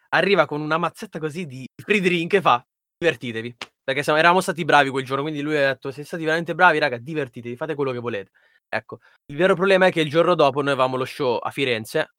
arriva con una mazzetta così di free drink e fa: divertitevi. Perché eravamo stati bravi quel giorno, quindi lui ha detto: siete stati veramente bravi, raga, divertitevi, fate quello che volete. Ecco, il vero problema è che il giorno dopo noi avevamo lo show a Firenze.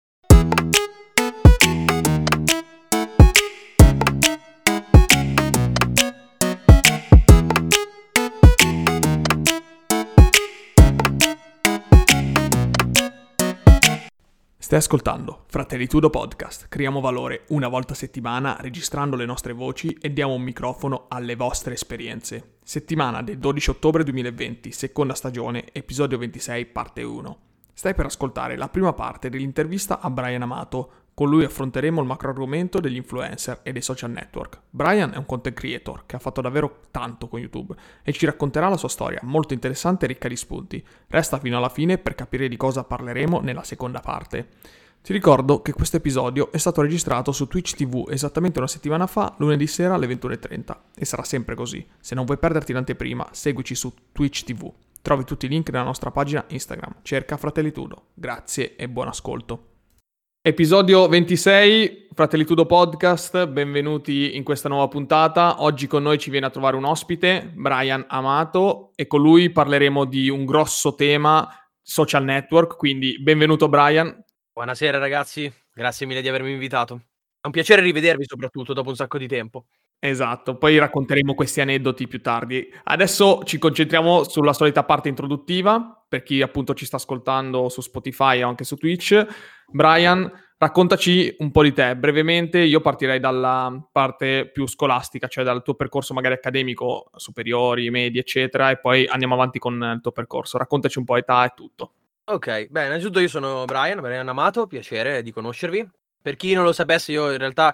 Stai ascoltando Fratelli Tudo Podcast. Creiamo valore una volta a settimana registrando le nostre voci e diamo un microfono alle vostre esperienze. Settimana del 12 ottobre 2020, seconda stagione, episodio 26, parte 1. Stai per ascoltare la prima parte dell'intervista a Brian Amato. Con lui affronteremo il macro argomento degli influencer e dei social network. Brian è un content creator che ha fatto davvero tanto con YouTube e ci racconterà la sua storia, molto interessante e ricca di spunti. Resta fino alla fine per capire di cosa parleremo nella seconda parte. Ti ricordo che questo episodio è stato registrato su Twitch TV esattamente una settimana fa, lunedì sera alle 21:30, e sarà sempre così. Se non vuoi perderti l'anteprima, seguici su Twitch TV. Trovi tutti i link nella nostra pagina Instagram. Cerca Fratelli Tudo. Grazie e buon ascolto. Episodio 26, Fratelli Tudo Podcast, benvenuti in questa nuova puntata. Oggi con noi ci viene a trovare un ospite, Brian Amato, e con lui parleremo di un grosso tema, social network, quindi benvenuto Brian. Buonasera ragazzi, grazie mille di avermi invitato. È un piacere rivedervi soprattutto dopo un sacco di tempo. Esatto, poi racconteremo questi aneddoti più tardi. Adesso ci concentriamo sulla solita parte introduttiva, per chi appunto ci sta ascoltando su Spotify o anche su Twitch. Brian, raccontaci un po' di te. Brevemente, io partirei dalla parte più scolastica, cioè dal tuo percorso magari accademico, superiori, medi, eccetera, e poi andiamo avanti con il tuo percorso. Raccontaci un po' età e tutto. Ok, beh, innanzitutto io sono Brian Amato, piacere di conoscervi. Per chi non lo sapesse, io in realtà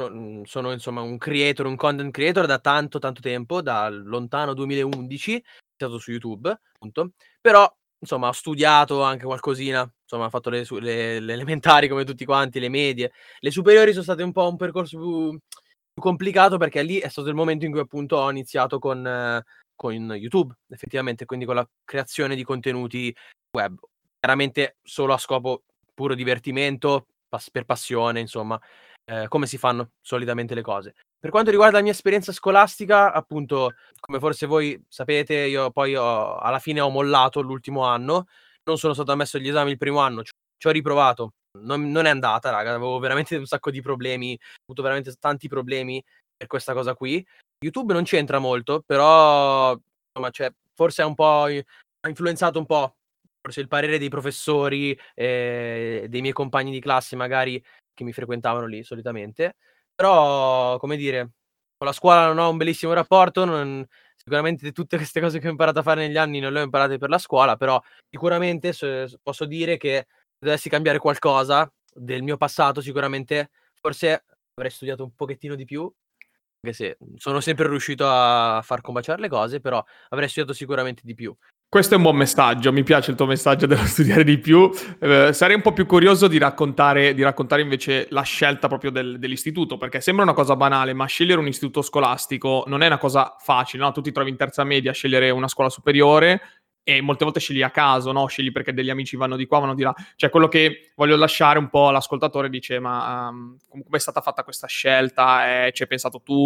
sono insomma un creator, un content creator da tanto tempo, dal lontano 2011, iniziato su YouTube, appunto. Però, insomma, ho studiato anche qualcosina, insomma, ho fatto le elementari come tutti quanti, le medie. Le superiori sono state un po' un percorso più complicato, perché lì è stato il momento in cui appunto ho iniziato con YouTube, effettivamente, quindi con la creazione di contenuti web. Chiaramente solo a scopo puro divertimento, per passione, insomma, come si fanno solitamente le cose. Per quanto riguarda la mia esperienza scolastica, appunto, come forse voi sapete, io poi alla fine ho mollato l'ultimo anno, non sono stato ammesso agli esami il primo anno, ci ho riprovato, non è andata, raga, avevo veramente un sacco di problemi, ho avuto veramente tanti problemi per questa cosa qui. YouTube non c'entra molto, però insomma, cioè, forse ha influenzato un po', forse il parere dei professori, dei miei compagni di classe magari che mi frequentavano lì solitamente. Però, come dire, con la scuola non ho un bellissimo rapporto, sicuramente tutte queste cose che ho imparato a fare negli anni non le ho imparate per la scuola, però sicuramente posso dire che se dovessi cambiare qualcosa del mio passato, sicuramente forse avrei studiato un pochettino di più, anche se sono sempre riuscito a far combaciare le cose, però avrei studiato sicuramente di più. Questo è un buon messaggio, mi piace il tuo messaggio dello studiare di più. Sarei un po' più curioso di raccontare invece la scelta proprio dell'istituto, perché sembra una cosa banale, ma scegliere un istituto scolastico non è una cosa facile, no? Tu ti trovi in terza media a scegliere una scuola superiore e molte volte scegli a caso, no? Scegli perché degli amici vanno di qua, vanno di là. Cioè, quello che voglio lasciare un po' all'ascoltatore dice, ma come è stata fatta questa scelta? Ci hai pensato tu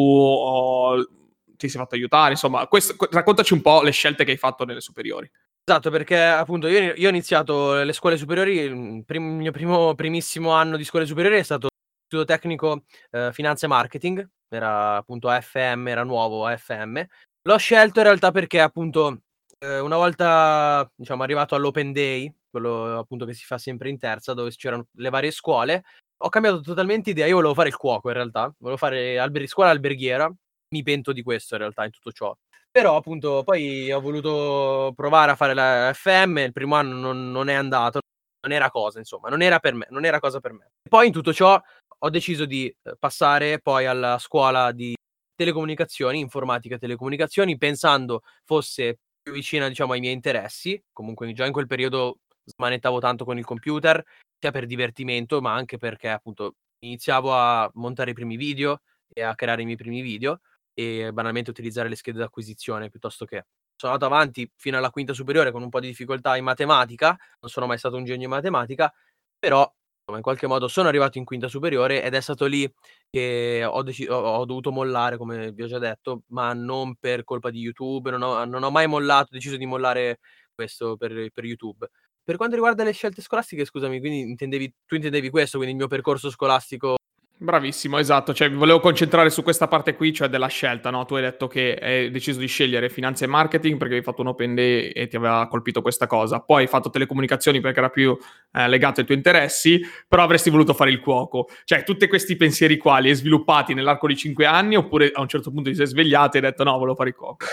o ti sei fatto aiutare? Insomma, raccontaci un po' le scelte che hai fatto nelle superiori. Esatto, perché appunto io ho iniziato le scuole superiori, il mio primissimo anno di scuole superiori è stato istituto tecnico, finanza e marketing, era appunto AFM, era nuovo AFM. L'ho scelto in realtà perché appunto, una volta diciamo arrivato all'open day, quello appunto che si fa sempre in terza, dove c'erano le varie scuole, ho cambiato totalmente idea. Io volevo fare il cuoco in realtà, volevo fare scuola alberghiera, mi pento di questo in realtà in tutto ciò. Però appunto poi ho voluto provare a fare la FM, il primo anno non è andato, non era cosa insomma, non era per me, non era cosa per me. Poi in tutto ciò ho deciso di, passare poi alla scuola di telecomunicazioni, informatica e telecomunicazioni, pensando fosse più vicina diciamo ai miei interessi. Comunque già in quel periodo smanettavo tanto con il computer, sia per divertimento, ma anche perché appunto iniziavo a montare i primi video e a creare i miei primi video e banalmente utilizzare le schede d'acquisizione piuttosto che. Sono andato avanti fino alla quinta superiore con un po' di difficoltà in matematica, non sono mai stato un genio in matematica, però in qualche modo sono arrivato in quinta superiore ed è stato lì che ho dovuto mollare, come vi ho già detto, ma non per colpa di YouTube, non ho mai mollato, ho deciso di mollare questo per YouTube. Per quanto riguarda le scelte scolastiche, scusami, quindi tu intendevi questo, quindi il mio percorso scolastico. Bravissimo, esatto, cioè mi volevo concentrare su questa parte qui, cioè della scelta, no, tu hai detto che hai deciso di scegliere finanza e marketing perché hai fatto un open day e ti aveva colpito questa cosa, poi hai fatto telecomunicazioni perché era più legato ai tuoi interessi, però avresti voluto fare il cuoco. Cioè, tutti questi pensieri qua li hai sviluppati nell'arco di 5 anni oppure a un certo punto ti sei svegliato e hai detto no, volevo fare il cuoco?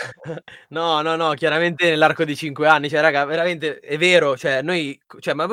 No, no, no, chiaramente nell'arco di 5 anni, cioè raga, veramente è vero, cioè ma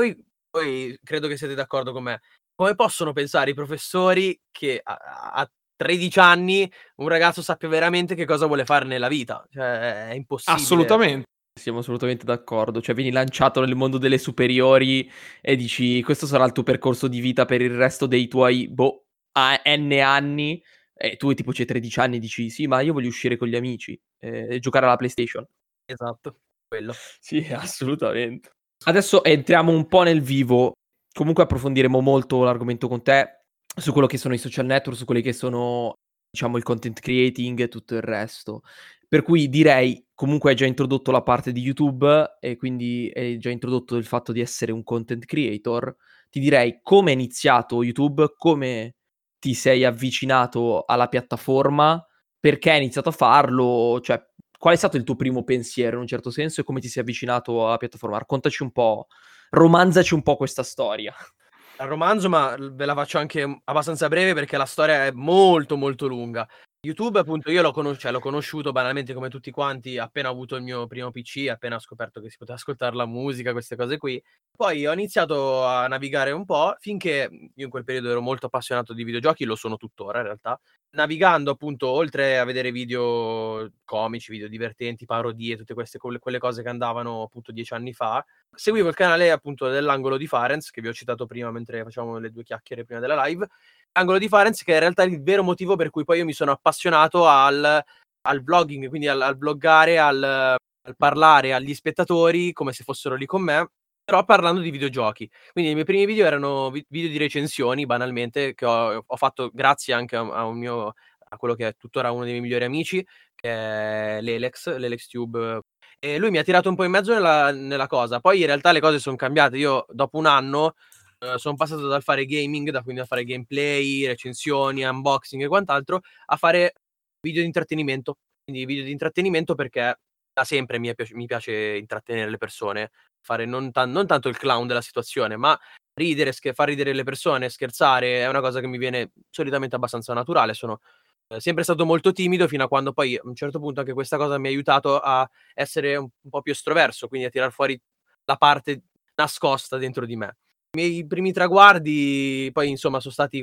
voi credo che siete d'accordo con me. Come possono pensare i professori che a 13 anni un ragazzo sappia veramente che cosa vuole fare nella vita? Cioè è impossibile. Assolutamente. Siamo assolutamente d'accordo. Cioè, vieni lanciato nel mondo delle superiori e dici: "Questo sarà il tuo percorso di vita per il resto dei tuoi, boh, a N anni", e tu tipo c'hai 13 anni e dici: "Sì, ma io voglio uscire con gli amici, e giocare alla PlayStation". Esatto, quello. Sì, assolutamente. Adesso entriamo un po' nel vivo. Comunque approfondiremo molto l'argomento con te, su quello che sono i social network, su quelli che sono, diciamo, il content creating e tutto il resto. Per cui direi, comunque hai già introdotto la parte di YouTube e quindi hai già introdotto il fatto di essere un content creator. Ti direi come è iniziato YouTube, come ti sei avvicinato alla piattaforma, perché hai iniziato a farlo, cioè qual è stato il tuo primo pensiero in un certo senso e come ti sei avvicinato alla piattaforma? Raccontaci un po', romanzaci un po' questa storia. Al romanzo, ma ve la faccio anche abbastanza breve perché la storia è molto, molto lunga. YouTube appunto io l'ho conosciuto banalmente come tutti quanti appena ho avuto il mio primo PC, appena ho scoperto che si poteva ascoltar la musica, queste cose qui. Poi ho iniziato a navigare un po' finché io in quel periodo ero molto appassionato di videogiochi, lo sono tuttora in realtà. Navigando appunto, oltre a vedere video comici, video divertenti, parodie, tutte quelle cose che andavano appunto 10 anni fa, seguivo il canale appunto dell'Angolo di Farenz, che vi ho citato prima mentre facevamo le 2 chiacchiere prima della live. Angolo di Farenz che è in realtà il vero motivo per cui poi io mi sono appassionato al vlogging, quindi al bloggare, al parlare agli spettatori come se fossero lì con me, però parlando di videogiochi. Quindi i miei primi video erano video di recensioni, banalmente, che ho fatto grazie anche a quello che è tuttora uno dei miei migliori amici, che è l'Elextube, e lui mi ha tirato un po' in mezzo nella cosa. Poi in realtà le cose son cambiate. Io dopo un anno, son passato dal fare gaming, quindi a fare gameplay, recensioni, unboxing e quant'altro, a fare video di intrattenimento. Quindi video di intrattenimento perché da sempre mi piace intrattenere le persone, fare non tanto il clown della situazione, ma far ridere le persone, scherzare, è una cosa che mi viene solitamente abbastanza naturale. Sono, sempre stato molto timido fino a quando poi a un certo punto anche questa cosa mi ha aiutato a essere un po' più estroverso, quindi a tirar fuori la parte nascosta dentro di me. I miei primi traguardi poi insomma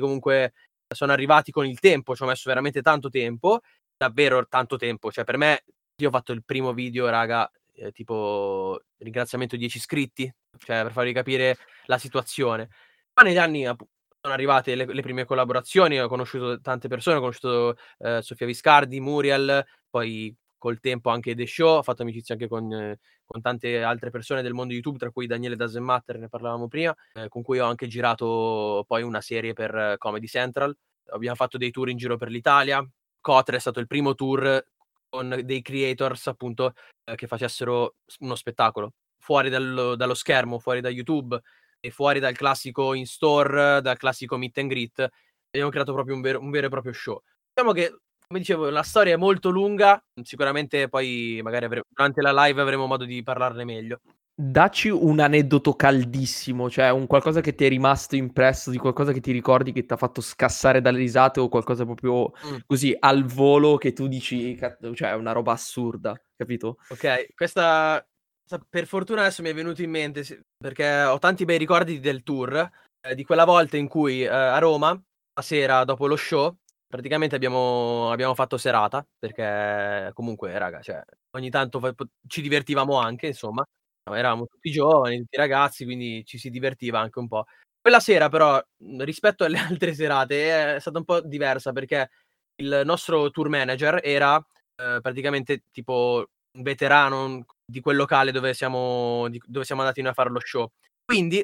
sono arrivati con il tempo, ci ho messo veramente tanto tempo, davvero tanto tempo. Cioè per me io ho fatto il primo video raga, tipo ringraziamento 10 iscritti, cioè per farvi capire la situazione. Poi negli anni sono arrivate le prime collaborazioni, ho conosciuto tante persone, ho conosciuto, Sofia Viscardi, Muriel, poi col tempo anche The Show, ho fatto amicizia anche con tante altre persone del mondo YouTube, tra cui Daniele Doesn't Matter, ne parlavamo prima, con cui ho anche girato poi una serie per Comedy Central. Abbiamo fatto dei tour in giro per l'Italia. Cotre è stato il primo tour con dei creators appunto, che facessero uno spettacolo fuori dallo schermo, fuori da YouTube e fuori dal classico in store, dal classico meet and greet. Abbiamo creato proprio un vero e proprio show. Diciamo che, come dicevo, la storia è molto lunga, sicuramente poi magari durante la live avremo modo di parlarne meglio. Dacci un aneddoto caldissimo, cioè un qualcosa che ti è rimasto impresso, di qualcosa che ti ricordi che t'ha fatto scassare dalle risate o qualcosa proprio Mh. così al volo che tu dici: cioè è una roba assurda", capito? Okay, questa per fortuna adesso mi è venuto in mente, perché ho tanti bei ricordi del tour, di quella volta in cui, a Roma, la sera dopo lo show, praticamente abbiamo fatto serata, perché comunque raga, cioè ogni tanto ci divertivamo anche insomma, eravamo tutti giovani, tutti ragazzi, quindi ci si divertiva anche un po'. Quella sera però, rispetto alle altre serate è stata un po' diversa, perché il nostro tour manager era, praticamente tipo un veterano di quel locale dove siamo andati noi a fare lo show. Quindi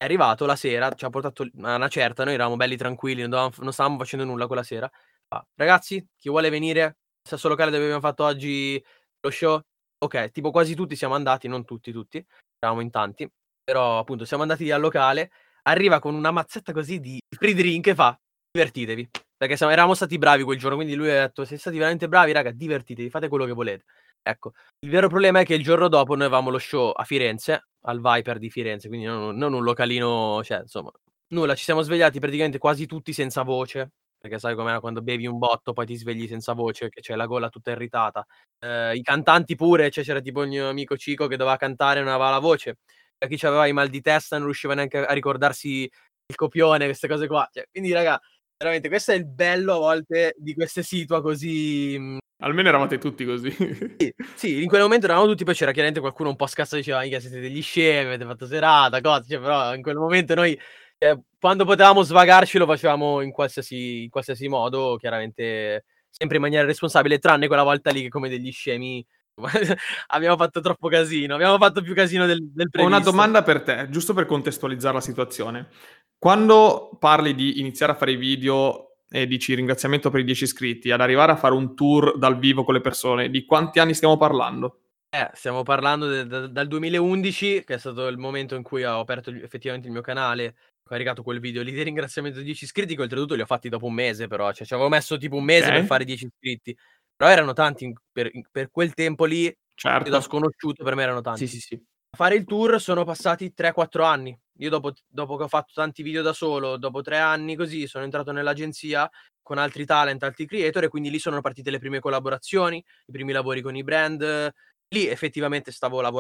È arrivato la sera, ci ha portato a una certa, noi eravamo belli tranquilli, non stavamo facendo nulla quella sera. Fa: "Ragazzi, chi vuole venire? Stesso locale dove abbiamo fatto oggi lo show?" Okay, tipo quasi tutti siamo andati, non tutti, eravamo in tanti, però appunto siamo andati al locale, arriva con una mazzetta così di free drink e fa: "Divertitevi." Perché eravamo stati bravi quel giorno, quindi lui ha detto: "Siete stati veramente bravi raga, divertitevi, fate quello che volete." Ecco, il vero problema è che il giorno dopo noi avevamo lo show a Firenze, al Viper di Firenze, quindi non un localino, cioè insomma, nulla, ci siamo svegliati praticamente quasi tutti senza voce, perché sai com'è quando bevi un botto poi ti svegli senza voce, che c'hai la gola tutta irritata. I cantanti pure, cioè c'era tipo il mio amico Cico che doveva cantare e non aveva la voce, e chi c'aveva i mal di testa non riusciva neanche a ricordarsi il copione, queste cose qua. Cioè, quindi raga, veramente questo è il bello a volte di queste situa così, Almeno eravate tutti così. sì, in quel momento eravamo tutti, poi c'era chiaramente qualcuno un po' scazzato, diceva: "Minchia siete degli scemi, avete fatto serata, cose", cioè però in quel momento noi, quando potevamo svagarci lo facevamo in qualsiasi modo, chiaramente sempre in maniera responsabile, tranne quella volta lì che come degli scemi abbiamo fatto troppo casino, abbiamo fatto più casino del Ho una previsto. domanda per te, giusto per contestualizzare la situazione. Quando parli di iniziare a fare i video e dici ringraziamento per i 10 iscritti, ad arrivare a fare un tour dal vivo con le persone, di quanti anni stiamo parlando? Stiamo parlando dal 2011, che è stato il momento in cui ho aperto effettivamente il mio canale, ho caricato quel video lì di ringraziamento di 10 iscritti, che oltretutto li ho fatti dopo un mese però, cioè ci avevo messo tipo un mese per Okay, fare 10 iscritti, però erano tanti per quel tempo lì, da certo. sconosciuto per me erano Sì, tanti. sì, sì. A fare il tour sono passati 3, 4 anni. Io dopo che ho fatto tanti video da solo, dopo 3 anni così, sono entrato nell'agenzia con altri talent, altri creator e quindi lì sono partite le prime collaborazioni, i primi lavori con i brand. Lì effettivamente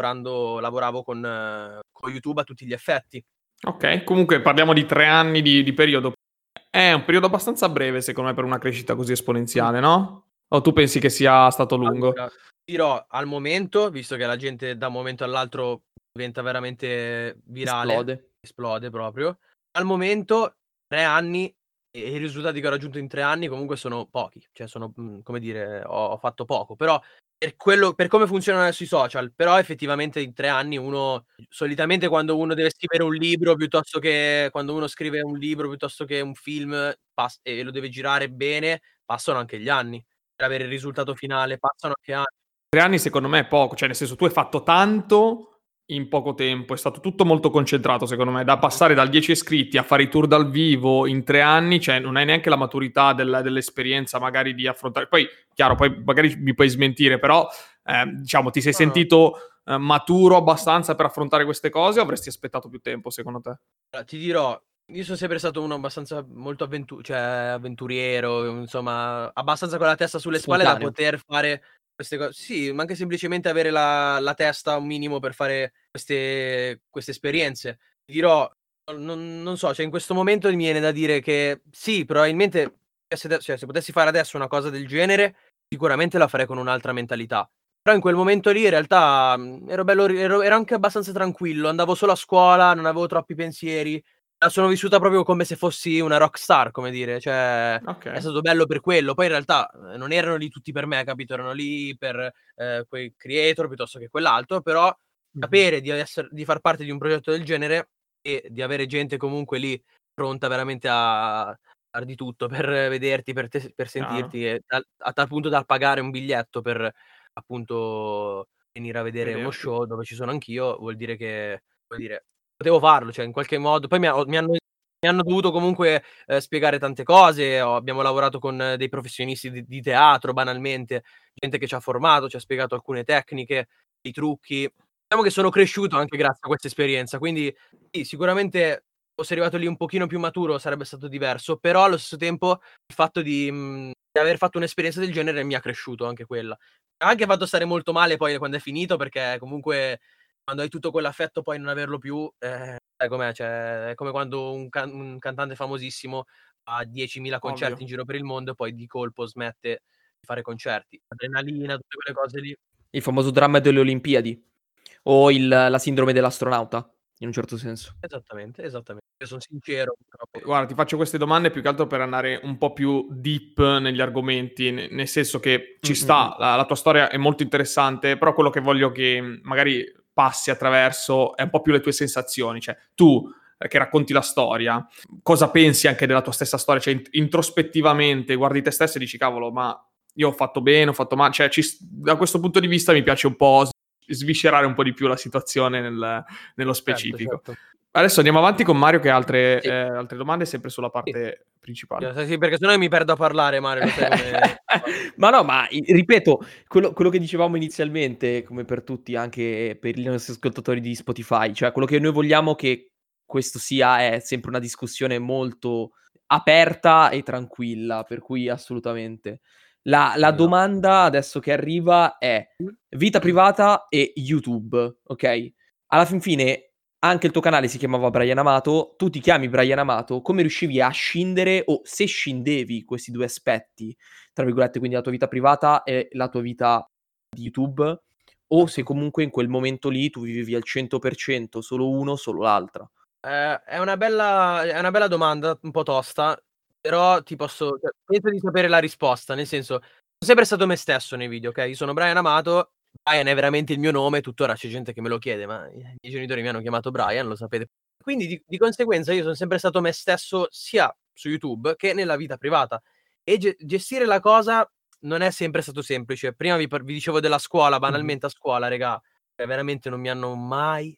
lavoravo con YouTube a tutti gli effetti. Okay, comunque parliamo di 3 anni di periodo. È un periodo abbastanza breve secondo me per una crescita così Mh. esponenziale, no? O tu pensi che sia stato lungo? Allora, dirò al momento, visto che la gente da un momento all'altro diventa veramente virale, Esplode. esplode proprio, al momento 3 anni e i risultati che ho raggiunto in 3 anni comunque sono pochi, cioè sono, come dire, ho fatto poco, però per come funzionano adesso i social, però effettivamente in 3 anni uno solitamente quando uno deve scrivere un libro, piuttosto che quando uno scrive un libro, piuttosto che un film, e lo deve girare bene, passano anche gli anni. Per avere il risultato finale, passano anche anni. 3 anni secondo me è poco, cioè nel senso tu hai fatto tanto in poco tempo, è stato tutto molto concentrato secondo me, da Mh-mh. passare dal 10 iscritti a fare i tour dal vivo in 3 anni, cioè non hai neanche la maturità dell'esperienza magari di affrontare poi chiaro, poi magari mi puoi smentire, però, diciamo ti sei No, no. sentito, maturo abbastanza per affrontare queste cose o avresti aspettato più tempo secondo te? Allora, ti dirò, io son sempre stato uno abbastanza molto cioè avventuriero, insomma, abbastanza con la testa sulle spalle da Spontaneo. poter fare queste sì, ma anche semplicemente avere la testa un minimo per fare queste esperienze. Ti dirò, non so, cioè in questo momento mi viene da dire che sì, probabilmente se potessi fare adesso una cosa del genere, sicuramente la farei con un'altra mentalità. Però in quel momento lì in realtà, ero anche abbastanza tranquillo, andavo solo a scuola, non avevo troppi pensieri. La sono vissuta proprio come se fossi una rockstar, come dire, cioè è Okay. stato bello per quello. Poi in realtà, non erano lì tutti per me, capito, erano lì per, quei creator piuttosto che quell'altro, però Mh-mh. sapere di far parte di un progetto del genere e di avere gente comunque lì pronta veramente a far di tutto per vederti, per Chiaro, sentirti e a tal punto da pagare un biglietto per appunto venire a vedere uno vederti. show dove ci sono anch'io, vuol dire che, come dire, potevo farlo, cioè in qualche modo poi mi hanno dovuto comunque, spiegare tante cose, abbiamo lavorato con dei professionisti di teatro banalmente, gente che ci ha formato, ci ha spiegato alcune tecniche, i trucchi. Diciamo che sono cresciuto anche grazie a questa esperienza, quindi sì, sicuramente fossi arrivato lì un pochino più maturo sarebbe stato diverso, però allo stesso tempo il fatto di aver fatto un'esperienza del genere mi ha cresciuto anche quella. Ha anche fatto stare molto male poi quando è finito, perché comunque quando hai tutto quell'affetto poi non averlo più, sai com'è, cioè è come quando un cantante famosissimo ha 10.000 concerti Ovvio. in giro per il mondo e poi di colpo smette di fare concerti. Adrenalina, tutte quelle cose lì. Il famoso dramma delle Olimpiadi o la sindrome dell'astronauta, in un certo senso. Esattamente, Io son sincero purtroppo. Guarda, ti faccio queste domande più che altro per andare un po' più deep negli argomenti, nel senso che ci sta, la tua storia è molto interessante, però quello che voglio che magari passi attraverso è un po' più le tue sensazioni. Cioè, tu che racconti la storia, cosa pensi anche della tua stessa storia, cioè introspettivamente guardi te stesso e dici cavolo, ma io ho fatto bene, ho fatto male, cioè da questo punto di vista mi piace un po' sviscerare un po' di più la situazione nello specifico. Certo. Adesso andiamo avanti con Mario che ha altre, Sì. altre domande sempre sulla parte principale. Sì, perché sennò mi perdo a parlare, Mario, lo sai come... Ma no, ma ripeto, quello che dicevamo inizialmente, come per tutti, anche per i nostri ascoltatori di Spotify, cioè quello che noi vogliamo che questo sia è sempre una discussione molto aperta e tranquilla, per cui assolutamente. La Esatto. domanda adesso che arriva è vita privata e YouTube, ok? Alla fin fine anche il tuo canale si chiamava Brian Amato, tu ti chiami Brian Amato, come riuscivi a scindere o se scindevi questi due aspetti, tra virgolette, quindi la tua vita privata e la tua vita di YouTube, o se comunque in quel momento lì tu vivevi al 100% solo uno, solo l'altra? È una bella domanda, un po' tosta, però cioè, penso di sapere la risposta, nel senso, sono sempre stato me stesso nei video, okay, io sono Brian Amato, Brian è veramente il mio nome, tuttora c'è gente che me lo chiede, ma i miei genitori mi hanno chiamato Brian, lo sapete. Quindi di conseguenza io son sempre stato me stesso sia su YouTube che nella vita privata e gestire la cosa non è sempre stato semplice. Prima vi dicevo della scuola, banalmente a scuola, regà, veramente non mi hanno mai,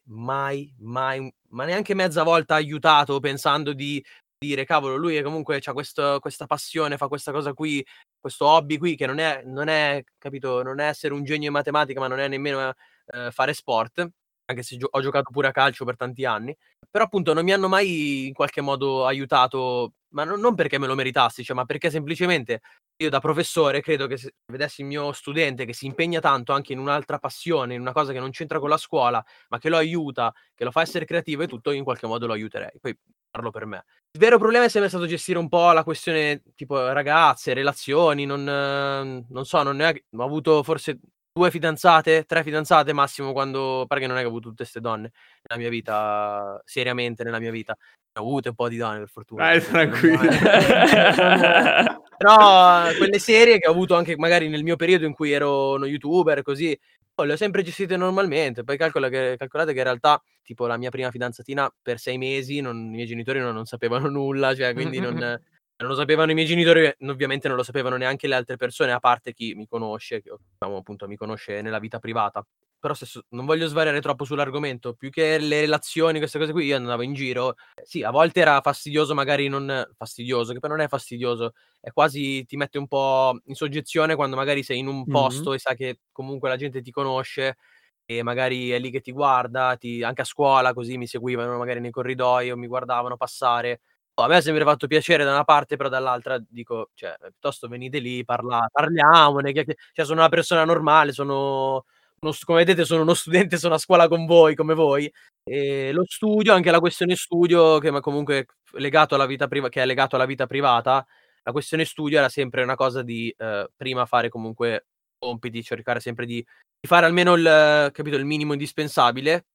ma neanche mezza volta aiutato pensando di dire: "Cavolo, lui è comunque c'ha questa passione, fa questa cosa qui, questo hobby qui che non è capito, non è essere un genio in matematica, ma non è nemmeno, fare sport", anche se ho giocato pure a calcio per tanti anni. Però appunto non mi hanno mai in qualche modo aiutato, ma non perché me lo meritassi, cioè, ma perché semplicemente io da professore credo che se vedessi il mio studente che si impegna tanto anche in un'altra passione, in una cosa che non c'entra con la scuola, ma che lo aiuta, che lo fa essere creativo e tutto, io in qualche modo lo aiuterei. Poi parlo per me. Il vero problema è sempre stato gestire un po' la questione tipo ragazze, relazioni, non so, non ne ho avuto forse 2 fidanzate, 3 fidanzate massimo quando pare che non è che ho avuto tutte 'ste donne nella mia vita, seriamente nella mia vita. Ne ho avute un po' di donne per fortuna. Tranquillo. Però quelle serie che ho avuto anche magari nel mio periodo in cui ero uno youtuber così, le ho sempre gestite normalmente. Poi calcolate che in realtà, tipo la mia prima fidanzatina per 6 mesi i miei genitori non sapevano nulla, cioè quindi non lo sapevano i miei genitori e ovviamente non lo sapevano neanche le altre persone, a parte chi mi conosce, che diciamo appunto mi conosce nella vita privata. Però non voglio svariare troppo sull'argomento, più che le relazioni, queste cose qui, io andavo in giro. Sì, a volte era fastidioso, magari non fastidioso, che poi non è fastidioso, è quasi ti mette un po' in soggezione quando magari sei in un Mh-mh. posto e sai che comunque la gente ti conosce e magari è lì che ti guarda, anche a scuola così mi seguivano magari nei corridoi o mi guardavano passare. A me ha sempre fatto piacere da una parte, però dall'altra dico, cioè, piuttosto venite lì, parliamone, cioè sono una persona normale, sono come vedete sono uno studente, sono a scuola con voi, come voi. Lo studio, anche la questione studio che comunque legato alla vita che è legato alla vita privata, la questione studio era sempre una cosa di, prima fare comunque compiti, cercare sempre di fare almeno capito, il minimo indispensabile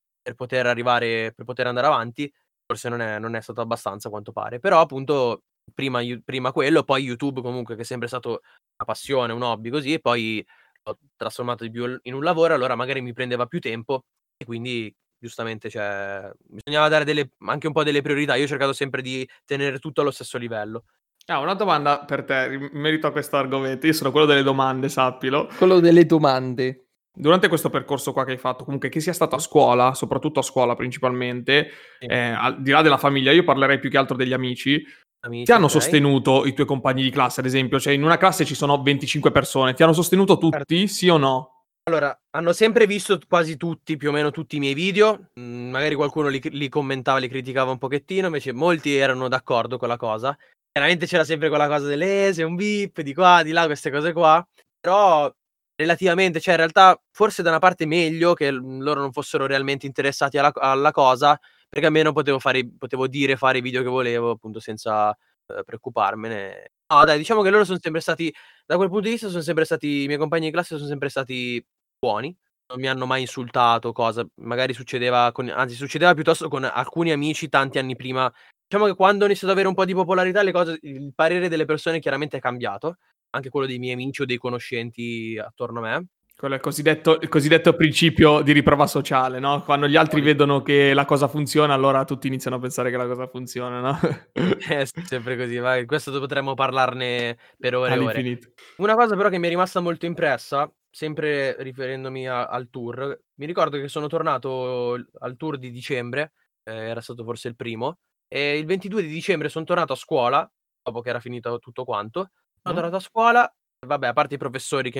per poter andare avanti. Forse non è stato abbastanza a quanto pare, però appunto prima quello, poi YouTube comunque che è sempre stato una passione, un hobby così, e poi l'ho trasformato di più in un lavoro, allora magari mi prendeva più tempo e quindi giustamente, cioè, bisognava dare anche un po' delle priorità. Io ho cercato sempre di tenere tutto allo stesso livello. Una domanda per te in merito a questo argomento. Io sono quello delle domande, sappilo. Quello delle domande. Durante questo percorso qua che hai fatto, comunque che sia stato a Sì, scuola, soprattutto a scuola principalmente, sì. al di là della famiglia, io parlerei più che altro degli amici, ti Amici, hanno okay. sostenuto i tuoi compagni di classe, ad esempio? Cioè in una classe ci sono 25 persone, ti hanno sostenuto Certo. tutti, sì o no? Allora, hanno sempre visto quasi tutti, più o meno tutti i miei video, magari qualcuno li commentava, li criticava un pochettino, invece molti erano d'accordo con la cosa. Chiaramente c'era sempre quella cosa sei un VIP, di qua, di là, queste cose qua, però relativamente, cioè in realtà forse da una parte meglio che loro non fossero realmente interessati alla cosa, perché almeno potevo dire, fare i video che volevo, appunto senza, preoccuparmene. No dai, diciamo che loro son sempre stati da quel punto di vista son sempre stati i miei compagni di classe son sempre stati buoni, non mi hanno mai insultato, cosa. Magari succedeva piuttosto con alcuni amici tanti anni prima. Diciamo che quando ho iniziato ad avere un po' di popolarità le cose il parere delle persone chiaramente è cambiato, anche quello dei miei amici o dei conoscenti attorno a me. Quello è il cosiddetto principio di riprova sociale, no? Quando gli altri vedono che la cosa funziona, allora tutti iniziano a pensare che la cosa funziona, no? Sì, sempre così, vai, questo potremmo parlarne per ore e ore. All'infinito. Una cosa però che mi è rimasta molto impressa, sempre riferendomi al tour, mi ricordo che sono tornato al tour di dicembre, era stato forse il primo, e il 22 di dicembre son tornato a scuola, dopo che era finito tutto quanto, sono tornato a scuola, vabbè, a parte i professori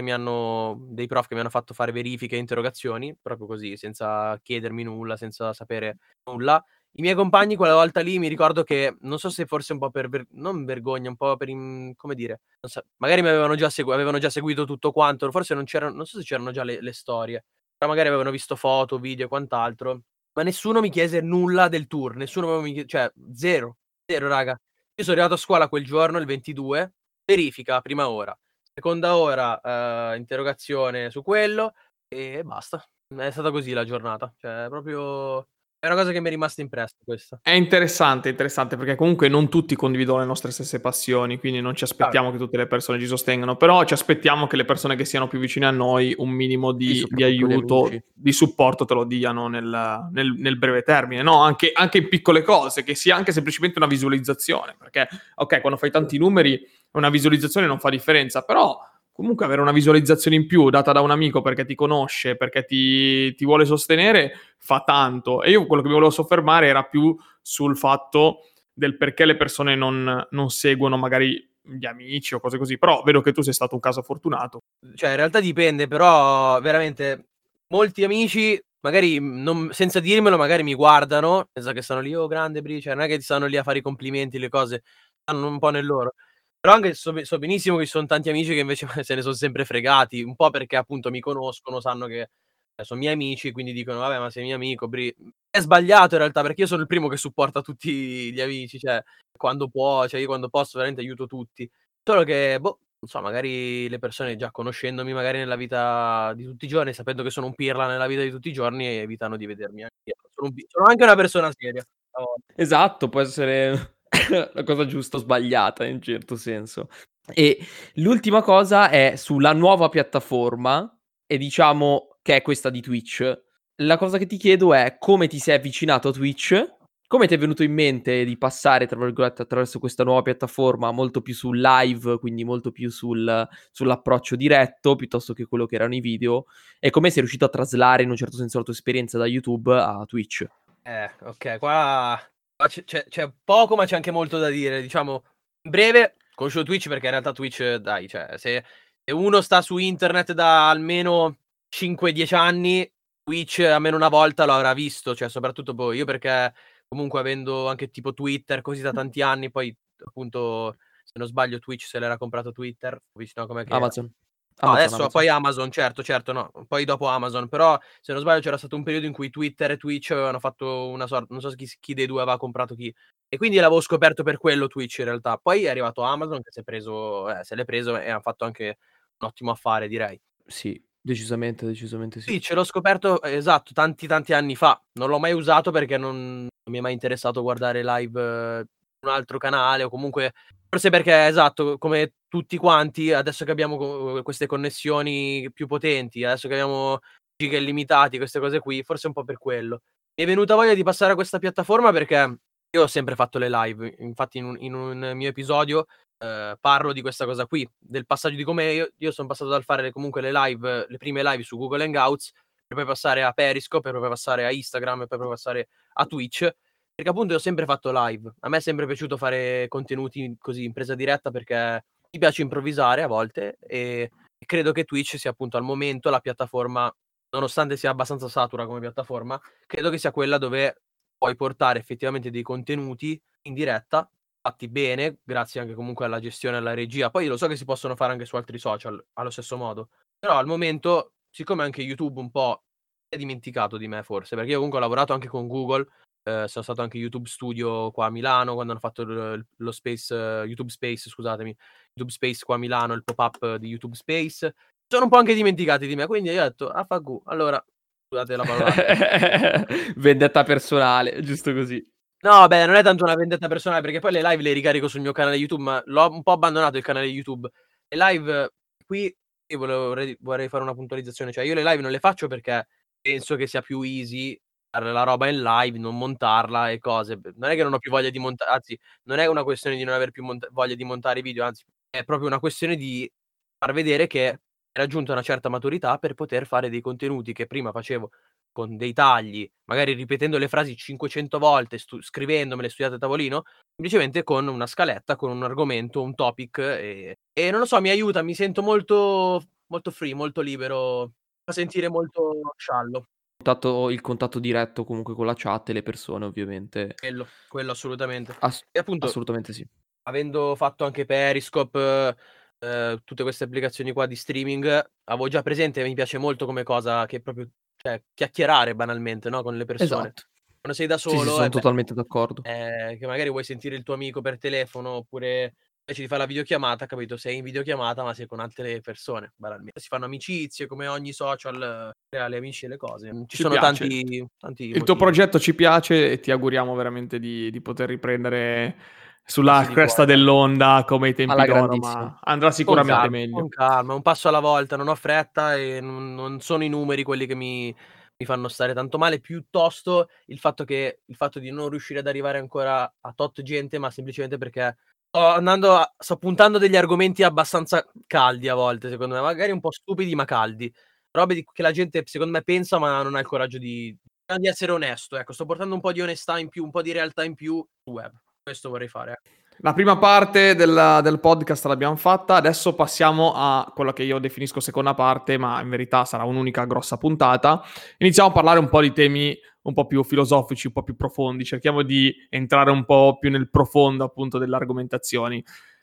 dei prof che mi hanno fatto fare verifiche e interrogazioni, proprio così, senza chiedermi nulla, senza sapere nulla. I miei compagni quella volta lì mi ricordo che, non so se forse un po' per non vergogna, un po' per come dire, non so, magari mi avevano già seguito tutto quanto, forse non so se c'erano già le storie, però magari avevano visto foto, video e quant'altro, ma nessuno mi chiese nulla del tour, nessuno proprio cioè 0, 0 raga. Io sono arrivato a scuola quel giorno, il 22, verifica prima ora, seconda ora, interrogazione su quello e basta. È stata così la giornata, cioè proprio è una cosa che mi è rimasta impressa questa. È interessante perché comunque non tutti condividono le nostre stesse passioni, quindi non ci Chiaro. aspettiamo che tutte le persone ci sostengano, però ci aspettiamo che le persone che siano più vicine a noi un minimo Sì, di soprattutto gli amici. aiuto, di supporto te lo diano nel breve termine, no? Anche in piccole cose, che sia anche semplicemente una visualizzazione, perché ok, quando fai tanti numeri una visualizzazione non fa differenza, però comunque avere una visualizzazione in più data da un amico perché ti conosce, perché ti vuole sostenere, fa tanto. E io quello che mi volevo soffermare era più sul fatto del perché le persone non seguono magari gli amici o cose così, però vedo che tu sei stato un caso fortunato. Cioè in realtà dipende, però veramente molti amici magari, senza dirmelo, magari mi guardano, pensa che sono lì: "Oh grande Bri", cioè non è che stanno lì a fare i complimenti, le cose, stanno un po' nel loro. Però anche so benissimo che ci son tanti amici che invece se ne son sempre fregati, un po' perché appunto mi conoscono, sanno che, son miei amici, quindi dicono: "Vabbè, ma sei mio amico Bri". È sbagliato in realtà, perché io sono il primo che supporta tutti gli amici, cioè quando può, cioè io quando posso veramente aiuto tutti. Solo che, boh, non so, magari le persone già conoscendomi magari nella vita di tutti i giorni, sapendo che sono un pirla nella vita di tutti i giorni, evitano di vedermi anche sono anche una persona seria a volte. Esatto, può essere la cosa giusta o sbagliata in un certo senso. E l'ultima cosa è sulla nuova piattaforma, e diciamo che è questa di Twitch. La cosa che ti chiedo è: come ti sei avvicinato a Twitch? Come ti è venuto in mente di passare, tra virgolette, attraverso questa nuova piattaforma molto più sul live, quindi molto più sull'approccio diretto, piuttosto che quello che erano i video, e come sei riuscito a traslare in un certo senso la tua esperienza da YouTube a Twitch? Okay, qua c'è poco, ma c'è anche molto da dire. Diciamo, in breve, conoscevo Twitch perché in realtà Twitch, dai, cioè se uno sta su internet da almeno 5, 10 anni, Twitch almeno una volta lo avrà visto, cioè soprattutto boh, io perché comunque avendo anche tipo Twitter così da tanti anni, poi appunto, se non sbaglio Twitch se l'era comprato Twitter, ho visto com'è che era. Amazon. No, Amazon, adesso Amazon. poi Amazon, certo, certo, no, poi dopo Amazon, però se non sbaglio c'era stato un periodo in cui Twitter e Twitch avevano fatun una non so chi dei 2 aveva comprato chi, e quindi l'avevo scoperto per quello Twitch in realtà. Poi è arrivato Amazon che se l'è preso e ha fatto anche un ottimo affare direi. Sì, decisamente, decisamente sì. Twitch l'ho scoperto, esatto, tanti, tanti anni fa. Non l'ho mai usato perché non mi è mai interessato guardare live un altro canale o comunque forse perché esatto, come tutti quanti, adesso che abbiamo queste connessioni più potenti, adesso che abbiamo giga illimitati, queste cose qui, forse un po' per quello. Mi è venuta voglia di passare a questa piattaforma perché io ho sempre fatto le live, infatti in un mio episodio parlo di questa cosa qui, del passaggio di come io son passato dal fare comunque le prime live su Google Hangouts, per poi passare a Periscope, per poi passare a Instagram, per poi passare a Twitch, perché appunto io ho sempre fatto live. A me è sempre piaciuto fare contenuti così in presa diretta, perché mi piace improvvisare a volte e credo che Twitch sia appunto al momento la piattaforma, nonostante sia abbastanza satura come piattaforma, credo che sia quella dove puoi portare effettivamente dei contenuti in diretta fatti bene, grazie anche comunque alla gestione e alla regia. Poi lo so che si possono fare anche su altri social allo stesso modo, però al momento, siccome anche YouTube un po' si è dimenticato di me forse, perché io comunque ho lavorato anche con Google, sono stato anche YouTube Studio qua a Milano, quando hanno fatto lo Space YouTube Space, scusatemi, YouTube Space qua a Milano, il pop-up di YouTube Space. Sono un po' anche dimenticati di me, quindi io ho detto: "A fa' gu". Allora, scusate la parolaccia. Vendetta personale, giusto così. No, beh, non è tanto una vendetta personale, perché poi le live le ricarico sul mio canale YouTube, ma l'ho un po' abbandonato il canale YouTube. Le live qui Io vorrei fare una puntualizzazione, cioè io le live non le faccio perché penso che sia più easy fare la roba in live, non montarla e cose. Non è che non ho più voglia di anzi, non è una questione di non aver più voglia di montare i video, anzi è proprio una questione di far vedere che hai raggiunto una certa maturità per poter fare dei contenuti che prima facevo con dei tagli, magari ripetendo le frasi 500 volte, scrivendomele, studiate a tavolino, semplicemente con una scaletta, con un argomento, un topic e non lo so, mi aiuta, mi sento molto molto free, molto libero, fa sentire molto sciallo. Il contatto diretto comunque con la chat e le persone ovviamente. Quello assolutamente. Ass E appunto, assolutamente sì. avendo fatto anche Periscope, tutte queste applicazioni qua di streaming, avevo già presente, mi piace molto come cosa che proprio cioè chiacchierare banalmente, no, con le persone. Esatto. Quando sei da Sì, sì, solo, son totalmente d'accordo. che magari vuoi sentire il tuo amico per telefono, oppure invece di fare la videochiamata, capito, sei in videochiamata, ma sei con altre persone, banalmente. Si fanno amicizie, come ogni social crea le amici e le cose. Ci Ci sono piace. tanti Il tuo motivi. progetto ci piace e ti auguriamo veramente di poter riprendere sulla Grazie di cresta cuore, dai. dell'onda come ai tempi Alla d'oro, grandissima. ma andrà sicuramente meglio. Con calma, un passo alla volta, non ho fretta e non sono i numeri quelli che mi fanno stare tanto male, piuttosto il fatto di non riuscire ad arrivare ancora a tot gente, ma semplicemente perché sto puntando degli argomenti abbastanza caldi a volte, secondo me, magari un po' stupidi ma caldi. Robe che la gente secondo me pensa, ma non ha il coraggio di essere onesto, ecco. Sto portando un po' di onestà in più, un po' di realtà in più sul web. Questo vorrei fare. La prima parte del podcast l'abbiamo fatta, adesso passiamo a quello che io definisco seconda parte, ma in verità sarà un'unica grossa puntata. Iniziamo a parlare un po' di temi un po' più filosofici, un po' più profondi, cerchiamo di entrare un po' più nel profondo appunto delle argomentazioni.